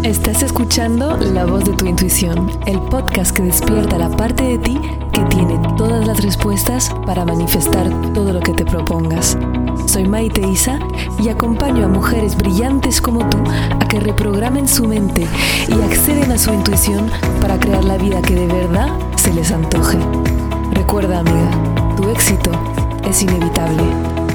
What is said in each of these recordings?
Estás escuchando La Voz de tu Intuición, el podcast que despierta la parte de ti que tiene todas las respuestas para manifestar todo lo que te propongas. Soy Maite Isa y acompaño a mujeres brillantes como tú a que reprogramen su mente y acceden a su intuición para crear la vida que de verdad se les antoje. Recuerda, amiga, tu éxito es inevitable.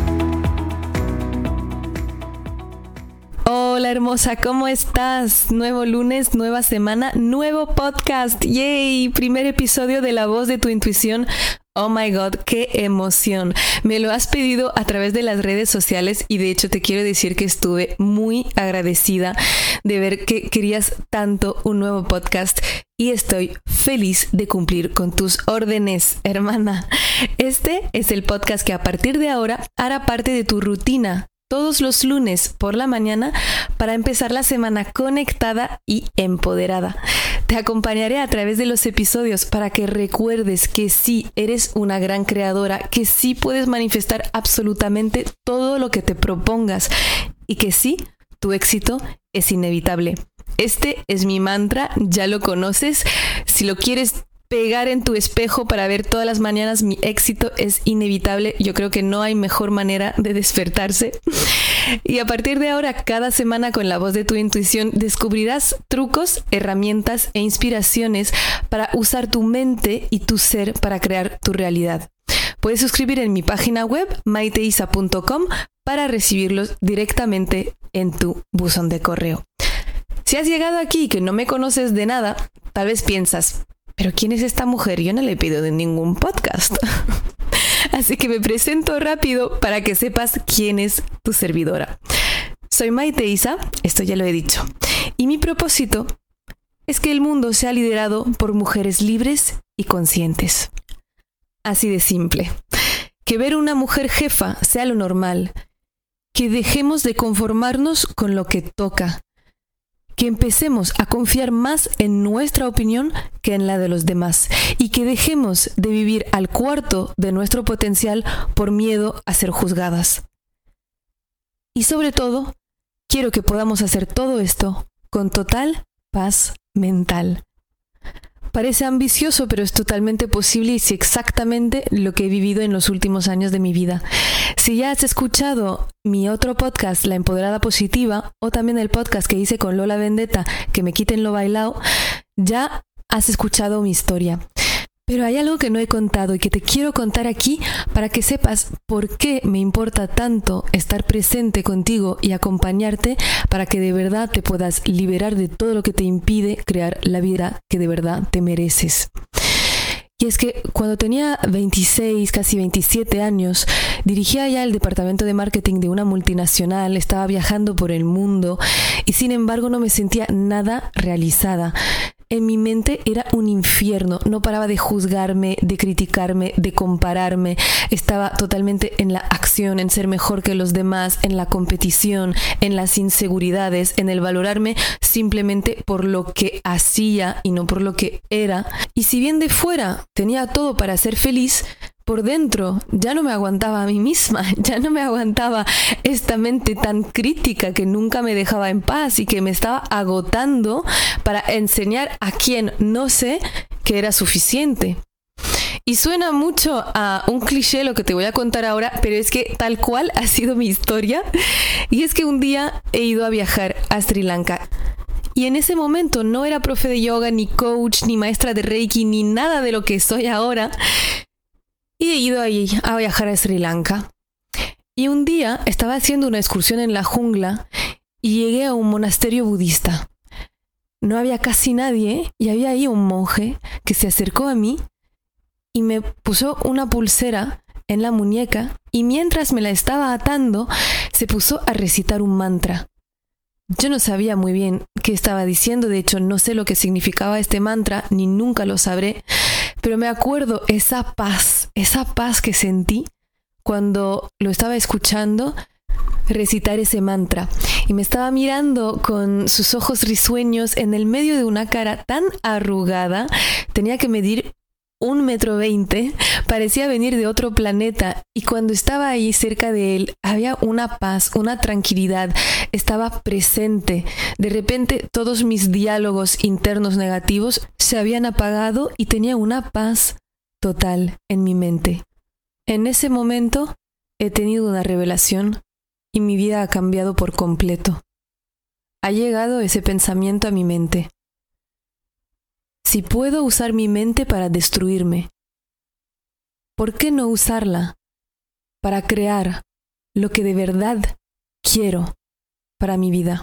Hola hermosa, ¿cómo estás? Nuevo lunes, nueva semana, nuevo podcast. ¡Yay! Primer episodio de La Voz de tu Intuición. Oh my God, qué emoción. Me lo has pedido a través de las redes sociales y de hecho te quiero decir que estuve muy agradecida de ver que querías tanto un nuevo podcast y estoy feliz de cumplir con tus órdenes, hermana. Este es el podcast que a partir de ahora hará parte de tu rutina todos los lunes por la mañana para empezar la semana conectada y empoderada. Te acompañaré a través de los episodios para que recuerdes que sí eres una gran creadora, que sí puedes manifestar absolutamente todo lo que te propongas y que sí, tu éxito es inevitable. Este es mi mantra, ya lo conoces. Si lo quieres pegar en tu espejo para ver todas las mañanas, mi éxito es inevitable. Yo creo que no hay mejor manera de despertarse. Y a partir de ahora, cada semana con La Voz de tu Intuición descubrirás trucos, herramientas e inspiraciones para usar tu mente y tu ser para crear tu realidad. Puedes suscribir en mi página web maiteisa.com para recibirlos directamente en tu buzón de correo. Si has llegado aquí y que no me conoces de nada, tal vez piensas: ¿pero quién es esta mujer? Yo no le pido de ningún podcast. Así que me presento rápido para que sepas quién es tu servidora. Soy Maite Isa, esto ya lo he dicho. Y mi propósito es que el mundo sea liderado por mujeres libres y conscientes. Así de simple. Que ver una mujer jefa sea lo normal. Que dejemos de conformarnos con lo que toca. Que empecemos a confiar más en nuestra opinión que en la de los demás y que dejemos de vivir al cuarto de nuestro potencial por miedo a ser juzgadas. Y sobre todo, quiero que podamos hacer todo esto con total paz mental. Parece ambicioso, pero es totalmente posible y es exactamente lo que he vivido en los últimos años de mi vida. Si ya has escuchado mi otro podcast, La Empoderada Positiva, o también el podcast que hice con Lola Vendetta, Que me quiten lo bailao, ya has escuchado mi historia. Pero hay algo que no he contado y que te quiero contar aquí para que sepas por qué me importa tanto estar presente contigo y acompañarte para que de verdad te puedas liberar de todo lo que te impide crear la vida que de verdad te mereces. Y es que cuando tenía 26, casi 27 años, dirigía ya el departamento de marketing de una multinacional, estaba viajando por el mundo y sin embargo no me sentía nada realizada. En mi mente era un infierno, no paraba de juzgarme, de criticarme, de compararme. Estaba totalmente en la acción, en ser mejor que los demás, en la competición, en las inseguridades, en el valorarme simplemente por lo que hacía y no por lo que era. Y si bien de fuera tenía todo para ser feliz, por dentro ya no me aguantaba a mí misma, ya no me aguantaba esta mente tan crítica que nunca me dejaba en paz y que me estaba agotando para enseñar a quien no sé que era suficiente. Y suena mucho a un cliché lo que te voy a contar ahora, pero es que tal cual ha sido mi historia. Y es que un día he ido a viajar a Sri Lanka. Y en ese momento no era profe de yoga, ni coach, ni maestra de Reiki, ni nada de lo que soy ahora. Y he ido ahí a viajar a Sri Lanka. Y un día estaba haciendo una excursión en la jungla y llegué a un monasterio budista. No había casi nadie y había ahí un monje que se acercó a mí y me puso una pulsera en la muñeca y mientras me la estaba atando se puso a recitar un mantra. Yo no sabía muy bien qué estaba diciendo, de hecho no sé lo que significaba este mantra, ni nunca lo sabré, pero me acuerdo esa paz que sentí cuando lo estaba escuchando recitar ese mantra. Y me estaba mirando con sus ojos risueños en el medio de una cara tan arrugada, tenía que medir 1,20 m, parecía venir de otro planeta, y cuando estaba ahí cerca de él había una paz, una tranquilidad, estaba presente. De repente todos mis diálogos internos negativos se habían apagado y tenía una paz total en mi mente. En ese momento he tenido una revelación y mi vida ha cambiado por completo. Ha llegado ese pensamiento a mi mente. Si puedo usar mi mente para destruirme, ¿por qué no usarla para crear lo que de verdad quiero para mi vida?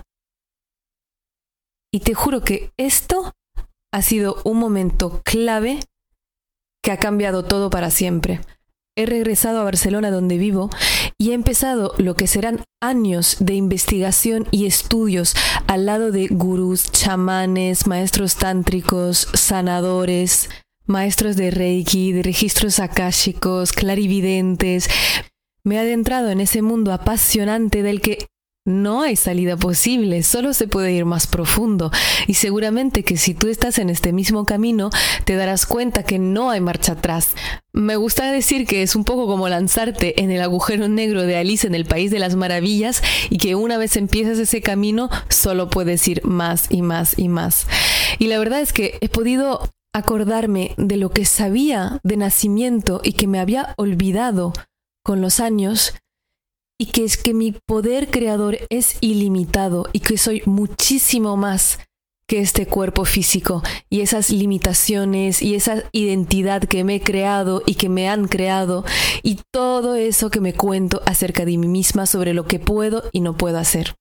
Y te juro que esto ha sido un momento clave que ha cambiado todo para siempre. He regresado a Barcelona, donde vivo, y he empezado lo que serán años de investigación y estudios al lado de gurús, chamanes, maestros tántricos, sanadores, maestros de Reiki, de registros akáshicos, clarividentes. Me he adentrado en ese mundo apasionante del que no hay salida posible, solo se puede ir más profundo. Y seguramente que si tú estás en este mismo camino, te darás cuenta que no hay marcha atrás. Me gusta decir que es un poco como lanzarte en el agujero negro de Alice en el País de las Maravillas, y que una vez empiezas ese camino, solo puedes ir más y más y más. Y la verdad es que he podido acordarme de lo que sabía de nacimiento y que me había olvidado con los años, y que es que mi poder creador es ilimitado y que soy muchísimo más que este cuerpo físico y esas limitaciones y esa identidad que me he creado y que me han creado, y todo eso que me cuento acerca de mí misma sobre lo que puedo y no puedo hacer.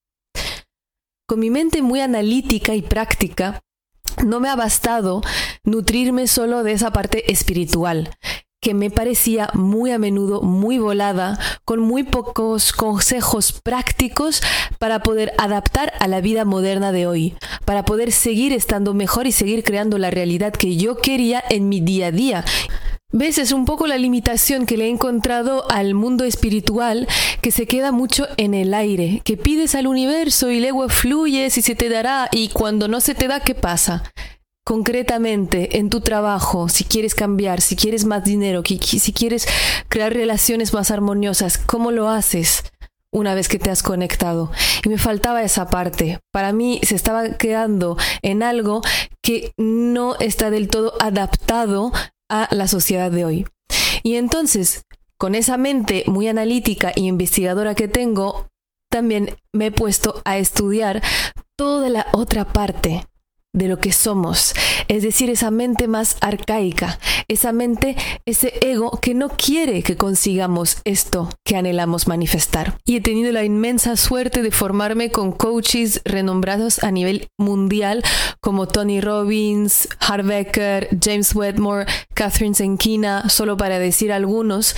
Con mi mente muy analítica y práctica, no me ha bastado nutrirme solo de esa parte espiritual, que me parecía muy a menudo muy volada, con muy pocos consejos prácticos para poder adaptar a la vida moderna de hoy, para poder seguir estando mejor y seguir creando la realidad que yo quería en mi día a día. ¿Ves? Es un poco la limitación que le he encontrado al mundo espiritual, que se queda mucho en el aire, que pides al universo y luego fluyes y se te dará, y cuando no se te da, ¿qué pasa? Concretamente, en tu trabajo, si quieres cambiar, si quieres más dinero, si quieres crear relaciones más armoniosas, ¿cómo lo haces una vez que te has conectado? Y me faltaba esa parte. Para mí se estaba quedando en algo que no está del todo adaptado a la sociedad de hoy. Y entonces, con esa mente muy analítica y investigadora que tengo, también me he puesto a estudiar toda la otra parte de lo que somos, es decir, esa mente más arcaica, esa mente, ese ego que no quiere que consigamos esto que anhelamos manifestar. Y he tenido la inmensa suerte de formarme con coaches renombrados a nivel mundial como Tony Robbins, Harv Eker, James Wedmore, Catherine Zenkina, solo para decir algunos.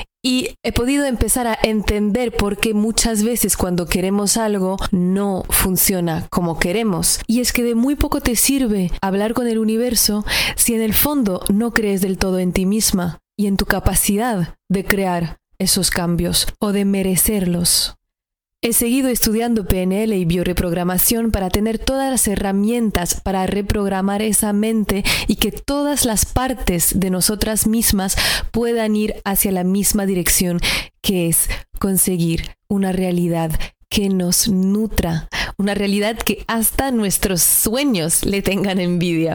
Y he podido empezar a entender por qué muchas veces cuando queremos algo no funciona como queremos. Y es que de muy poco te sirve hablar con el universo si en el fondo no crees del todo en ti misma y en tu capacidad de crear esos cambios o de merecerlos. He seguido estudiando PNL y bioreprogramación para tener todas las herramientas para reprogramar esa mente y que todas las partes de nosotras mismas puedan ir hacia la misma dirección, que es conseguir una realidad que nos nutra, una realidad que hasta nuestros sueños le tengan envidia.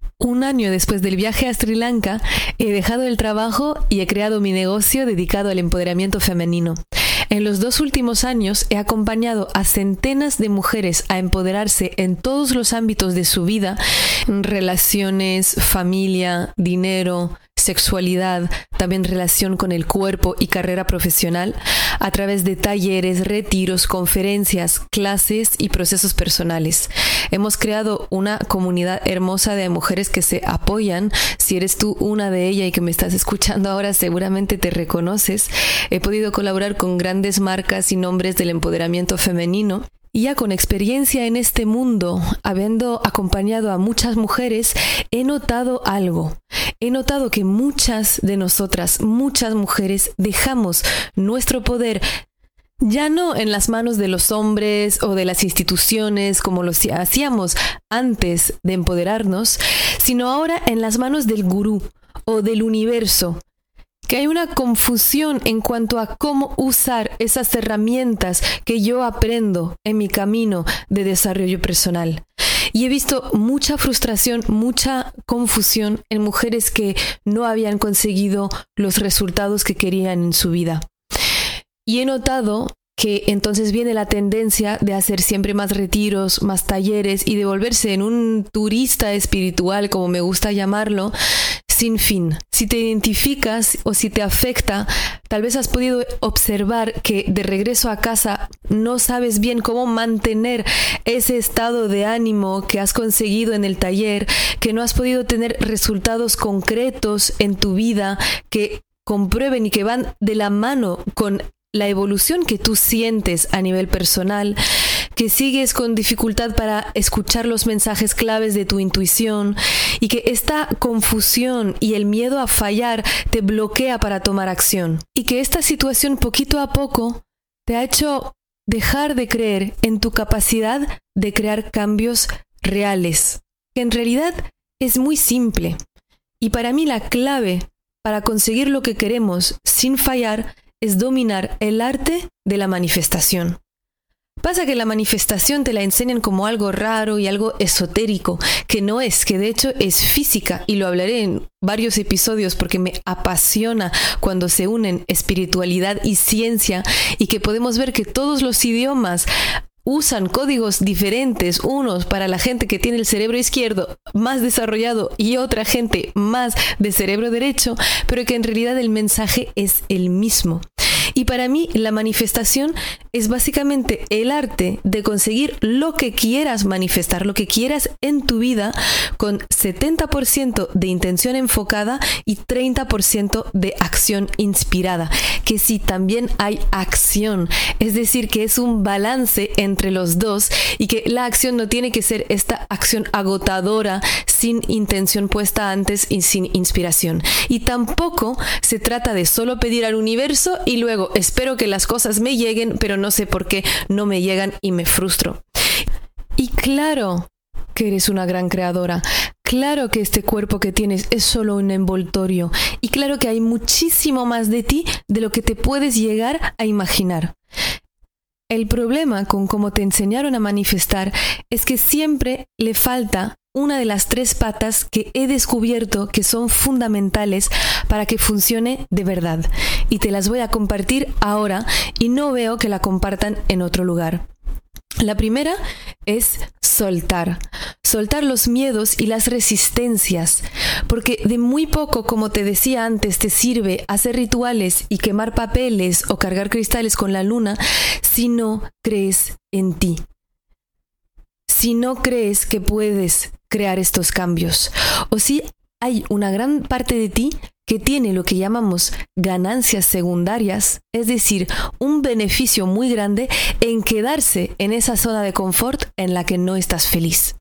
1 año después del viaje a Sri Lanka, he dejado el trabajo y he creado mi negocio dedicado al empoderamiento femenino. En los 2 últimos años he acompañado a centenas de mujeres a empoderarse en todos los ámbitos de su vida, relaciones, familia, dinero, sexualidad, también relación con el cuerpo y carrera profesional, a través de talleres, retiros, conferencias, clases y procesos personales. Hemos creado una comunidad hermosa de mujeres que se apoyan. Si eres tú una de ellas y que me estás escuchando ahora, seguramente te reconoces. He podido colaborar con grandes marcas y nombres del empoderamiento femenino. Y ya con experiencia en este mundo, habiendo acompañado a muchas mujeres, he notado algo. He notado que muchas de nosotras, muchas mujeres, dejamos nuestro poder ya no en las manos de los hombres o de las instituciones como lo hacíamos antes de empoderarnos, sino ahora en las manos del gurú o del universo, que hay una confusión en cuanto a cómo usar esas herramientas que yo aprendo en mi camino de desarrollo personal. Y he visto mucha frustración, mucha confusión en mujeres que no habían conseguido los resultados que querían en su vida. Y he notado que entonces viene la tendencia de hacer siempre más retiros, más talleres y de volverse en un turista espiritual, como me gusta llamarlo, sin fin. Si te identificas o si te afecta, tal vez has podido observar que de regreso a casa no sabes bien cómo mantener ese estado de ánimo que has conseguido en el taller, que no has podido tener resultados concretos en tu vida que comprueben y que van de la mano con la evolución que tú sientes a nivel personal, que sigues con dificultad para escuchar los mensajes claves de tu intuición y que esta confusión y el miedo a fallar te bloquea para tomar acción. Y que esta situación poquito a poco te ha hecho dejar de creer en tu capacidad de crear cambios reales, que en realidad es muy simple. Y para mí la clave para conseguir lo que queremos sin fallar es dominar el arte de la manifestación. Pasa que la manifestación te la enseñan como algo raro y algo esotérico, que no es, que de hecho es física, y lo hablaré en varios episodios porque me apasiona cuando se unen espiritualidad y ciencia y que podemos ver que todos los idiomas usan códigos diferentes, unos para la gente que tiene el cerebro izquierdo más desarrollado y otra gente más de cerebro derecho, pero que en realidad el mensaje es el mismo. Y para mí la manifestación es básicamente el arte de conseguir lo que quieras manifestar, lo que quieras en tu vida con 70% de intención enfocada y 30% de acción inspirada. Que sí, también hay acción, es decir, que es un balance entre los dos y que la acción no tiene que ser esta acción agotadora sin intención puesta antes y sin inspiración. Y tampoco se trata de solo pedir al universo y luego espero que las cosas me lleguen, pero no sé por qué no me llegan y me frustro. Y claro que eres una gran creadora. Claro que este cuerpo que tienes es solo un envoltorio. Y claro que hay muchísimo más de ti de lo que te puedes llegar a imaginar. El problema con cómo te enseñaron a manifestar es que siempre le falta una de las 3 patas que he descubierto que son fundamentales para que funcione de verdad. Y te las voy a compartir ahora y no veo que la compartan en otro lugar. La primera es soltar. Soltar los miedos y las resistencias. Porque de muy poco, como te decía antes, te sirve hacer rituales y quemar papeles o cargar cristales con la luna si no crees en ti. Si no crees que puedes crear estos cambios. O si hay una gran parte de ti que tiene lo que llamamos ganancias secundarias, es decir, un beneficio muy grande en quedarse en esa zona de confort en la que no estás feliz.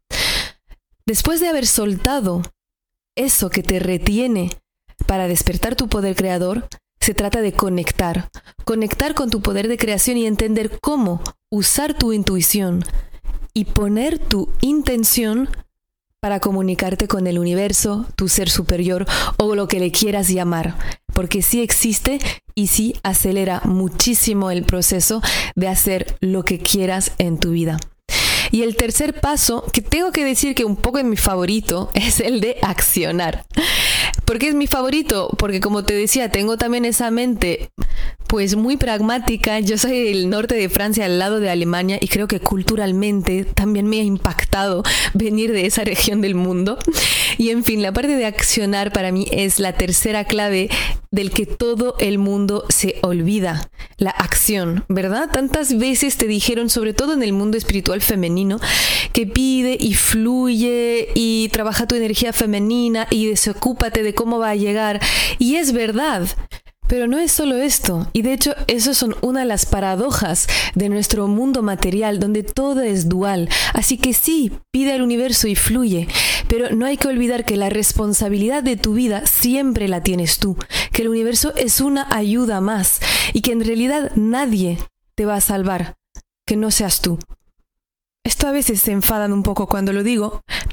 Después de haber soltado eso que te retiene para despertar tu poder creador, se trata de conectar. Conectar con tu poder de creación y entender cómo usar tu intuición y poner tu intención para comunicarte con el universo, tu ser superior o lo que le quieras llamar, porque sí existe y sí acelera muchísimo el proceso de hacer lo que quieras en tu vida. Y el tercer paso, que tengo que decir que un poco es mi favorito, es el de accionar. ¿Por qué es mi favorito? Porque como te decía, tengo también esa mente pues muy pragmática. Yo soy del norte de Francia, al lado de Alemania, y creo que culturalmente también me ha impactado venir de esa región del mundo. Y en fin, la parte de accionar para mí es la tercera clave del que todo el mundo se olvida. La acción, ¿verdad? Tantas veces te dijeron, sobre todo en el mundo espiritual femenino, que pide y fluye y trabaja tu energía femenina y desocúpate de cómo va a llegar. Y es verdad. Pero no es solo esto, y de hecho eso son una de las paradojas de nuestro mundo material, donde todo es dual. Así que sí, pide al universo y fluye, pero no hay que olvidar que la responsabilidad de tu vida siempre la tienes tú, que el universo es una ayuda más, y que en realidad nadie te va a salvar, que no seas tú. Esto a veces se enfadan un poco cuando lo digo,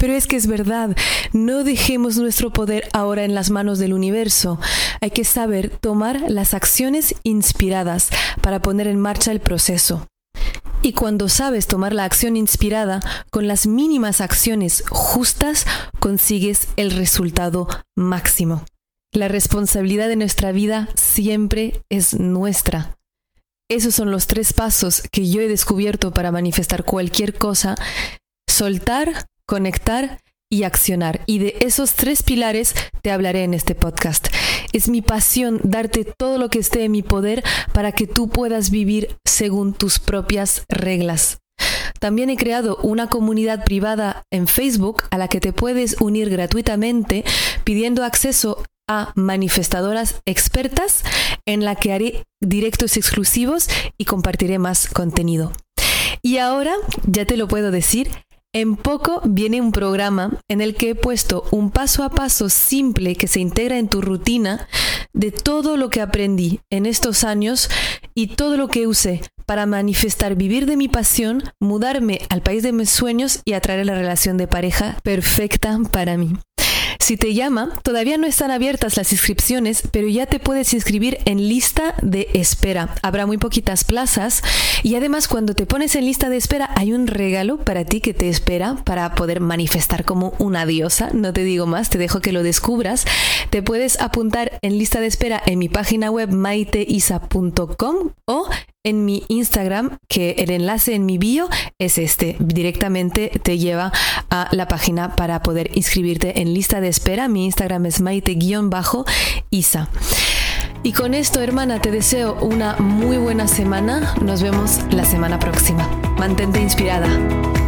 Pero es que es verdad, no dejemos nuestro poder ahora en las manos del universo. Hay que saber tomar las acciones inspiradas para poner en marcha el proceso. Y cuando sabes tomar la acción inspirada, con las mínimas acciones justas, consigues el resultado máximo. La responsabilidad de nuestra vida siempre es nuestra. Esos son los 3 pasos que yo he descubierto para manifestar cualquier cosa: soltar, conectar y accionar. Y de esos 3 pilares te hablaré en este podcast. Es mi pasión darte todo lo que esté en mi poder para que tú puedas vivir según tus propias reglas. También he creado una comunidad privada en Facebook a la que te puedes unir gratuitamente pidiendo acceso a manifestadoras expertas, en la que haré directos exclusivos y compartiré más contenido. Y ahora, ya te lo puedo decir, en poco viene un programa en el que he puesto un paso a paso simple que se integra en tu rutina de todo lo que aprendí en estos años y todo lo que usé para manifestar vivir de mi pasión, mudarme al país de mis sueños y atraer la relación de pareja perfecta para mí. Si te llama, todavía no están abiertas las inscripciones, pero ya te puedes inscribir en lista de espera. Habrá muy poquitas plazas y además cuando te pones en lista de espera hay un regalo para ti que te espera para poder manifestar como una diosa. No te digo más, te dejo que lo descubras. Te puedes apuntar en lista de espera en mi página web maiteisa.com o en mi Instagram, que el enlace en mi bio es este. Directamente te lleva a la página para poder inscribirte en lista de espera. Mi Instagram es maite_isa. Y con esto, hermana, te deseo una muy buena semana. Nos vemos la semana próxima. Mantente inspirada.